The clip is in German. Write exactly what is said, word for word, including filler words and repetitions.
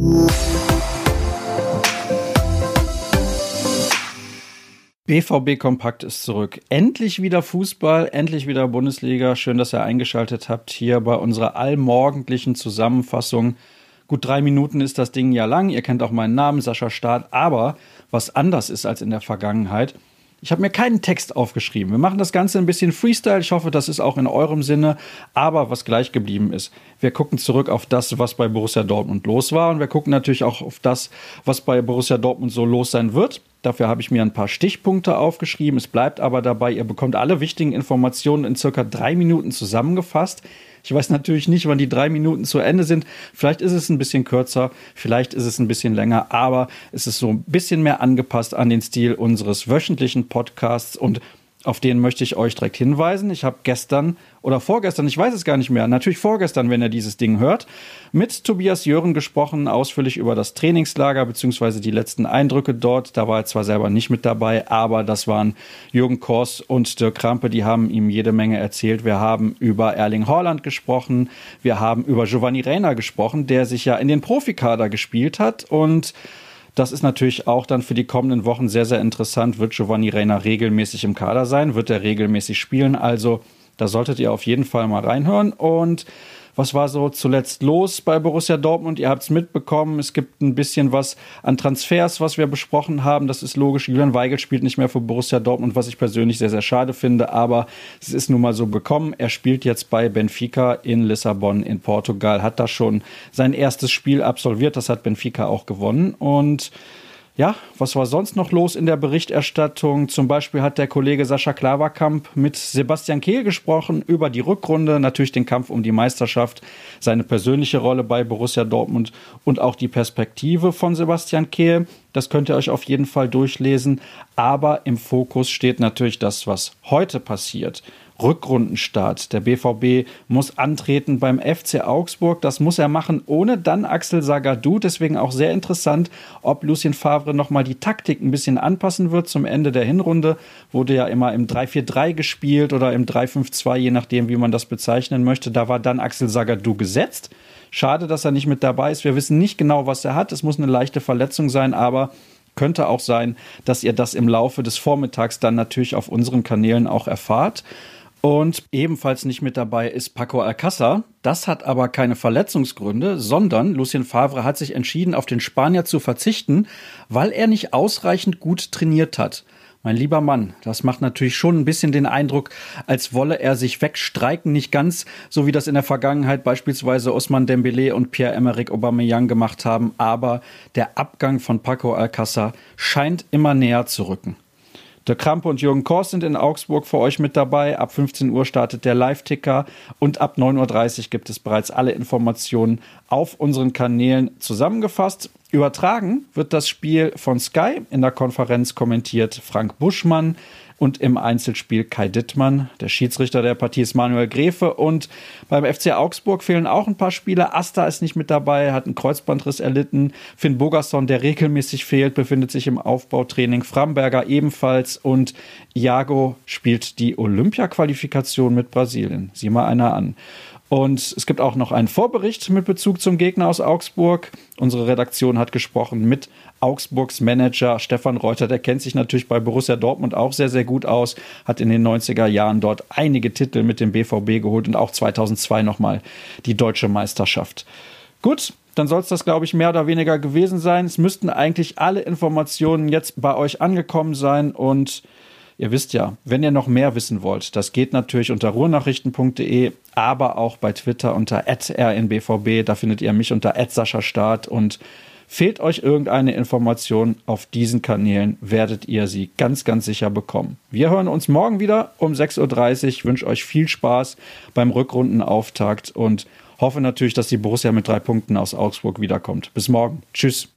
B V B Kompakt ist zurück. Endlich wieder Fußball, endlich wieder Bundesliga. Schön, dass ihr eingeschaltet habt hier bei unserer allmorgendlichen Zusammenfassung. Gut drei Minuten ist das Ding ja lang. Ihr kennt auch meinen Namen, Sascha Staat. Aber was anders ist als in der Vergangenheit, ich habe mir keinen Text aufgeschrieben. Wir machen das Ganze ein bisschen Freestyle. Ich hoffe, das ist auch in eurem Sinne. Aber was gleich geblieben ist, wir gucken zurück auf das, was bei Borussia Dortmund los war. Und wir gucken natürlich auch auf das, was bei Borussia Dortmund so los sein wird. Dafür habe ich mir ein paar Stichpunkte aufgeschrieben. Es bleibt aber dabei, ihr bekommt alle wichtigen Informationen in circa drei Minuten zusammengefasst. Ich weiß natürlich nicht, wann die drei Minuten zu Ende sind. Vielleicht ist es ein bisschen kürzer, vielleicht ist es ein bisschen länger, aber es ist so ein bisschen mehr angepasst an den Stil unseres wöchentlichen Podcasts und auf den möchte ich euch direkt hinweisen. Ich habe gestern oder vorgestern, ich weiß es gar nicht mehr, natürlich vorgestern, wenn ihr dieses Ding hört, mit Tobias Jören gesprochen, ausführlich über das Trainingslager bzw. die letzten Eindrücke dort. Da war er zwar selber nicht mit dabei, aber das waren Jürgen Kors und Dirk Krampe, die haben ihm jede Menge erzählt. Wir haben über Erling Haaland gesprochen, wir haben über Giovanni Reina gesprochen, der sich ja in den Profikader gespielt hat und das ist natürlich auch dann für die kommenden Wochen sehr, sehr interessant. Wird Giovanni Reina regelmäßig im Kader sein? Wird er regelmäßig spielen? Also da solltet ihr auf jeden Fall mal reinhören. Und was war so zuletzt los bei Borussia Dortmund? Ihr habt es mitbekommen. Es gibt ein bisschen was an Transfers, was wir besprochen haben. Das ist logisch. Julian Weigl spielt nicht mehr für Borussia Dortmund, was ich persönlich sehr, sehr schade finde. Aber es ist nun mal so gekommen. Er spielt jetzt bei Benfica in Lissabon in Portugal. Hat da schon sein erstes Spiel absolviert. Das hat Benfica auch gewonnen. Und ja, was war sonst noch los in der Berichterstattung? Zum Beispiel hat der Kollege Sascha Klaverkamp mit Sebastian Kehl gesprochen über die Rückrunde, natürlich den Kampf um die Meisterschaft, seine persönliche Rolle bei Borussia Dortmund und auch die Perspektive von Sebastian Kehl. Das könnt ihr euch auf jeden Fall durchlesen. Aber im Fokus steht natürlich das, was heute passiert. Rückrundenstart. Der B V B muss antreten beim F C Augsburg. Das muss er machen ohne dann Axel Sagadou. Deswegen auch sehr interessant, ob Lucien Favre nochmal die Taktik ein bisschen anpassen wird zum Ende der Hinrunde. Wurde ja immer im drei vier drei gespielt oder im drei fünf zwei, je nachdem, wie man das bezeichnen möchte. Da war dann Axel Sagadou gesetzt. Schade, dass er nicht mit dabei ist. Wir wissen nicht genau, was er hat. Es muss eine leichte Verletzung sein, aber könnte auch sein, dass ihr das im Laufe des Vormittags dann natürlich auf unseren Kanälen auch erfahrt. Und ebenfalls nicht mit dabei ist Paco Alcácer. Das hat aber keine Verletzungsgründe, sondern Lucien Favre hat sich entschieden, auf den Spanier zu verzichten, weil er nicht ausreichend gut trainiert hat. Mein lieber Mann, das macht natürlich schon ein bisschen den Eindruck, als wolle er sich wegstreiken. Nicht ganz, so wie das in der Vergangenheit beispielsweise Ousmane Dembélé und Pierre-Emerick Aubameyang gemacht haben. Aber der Abgang von Paco Alcácer scheint immer näher zu rücken. Der Krampe und Jürgen Kors sind in Augsburg für euch mit dabei. Ab fünfzehn Uhr startet der Live-Ticker und ab neun Uhr dreißig gibt es bereits alle Informationen auf unseren Kanälen zusammengefasst. Übertragen wird das Spiel von Sky. In der Konferenz kommentiert Frank Buschmann und im Einzelspiel Kai Dittmann. Der Schiedsrichter der Partie ist Manuel Gräfe und beim F C Augsburg fehlen auch ein paar Spieler. Asta ist nicht mit dabei, hat einen Kreuzbandriss erlitten. Finn Bogason, der regelmäßig fehlt, befindet sich im Aufbautraining. Framberger ebenfalls und Iago spielt die Olympia-Qualifikation mit Brasilien. Sieh mal einer an. Und es gibt auch noch einen Vorbericht mit Bezug zum Gegner aus Augsburg. Unsere Redaktion hat gesprochen mit Augsburgs Manager Stefan Reuter. Der kennt sich natürlich bei Borussia Dortmund auch sehr, sehr gut aus. Hat in den neunziger Jahren dort einige Titel mit dem B V B geholt und auch zweitausendzwei nochmal die deutsche Meisterschaft. Gut, dann soll es das, glaube ich, mehr oder weniger gewesen sein. Es müssten eigentlich alle Informationen jetzt bei euch angekommen sein und ihr wisst ja, wenn ihr noch mehr wissen wollt, das geht natürlich unter ruhrnachrichten punkt de, aber auch bei Twitter unter at r n b v b. Da findet ihr mich unter at sascha staat. Und fehlt euch irgendeine Information auf diesen Kanälen, werdet ihr sie ganz, ganz sicher bekommen. Wir hören uns morgen wieder um sechs Uhr dreißig. Ich wünsche euch viel Spaß beim Rückrundenauftakt und hoffe natürlich, dass die Borussia mit drei Punkten aus Augsburg wiederkommt. Bis morgen. Tschüss.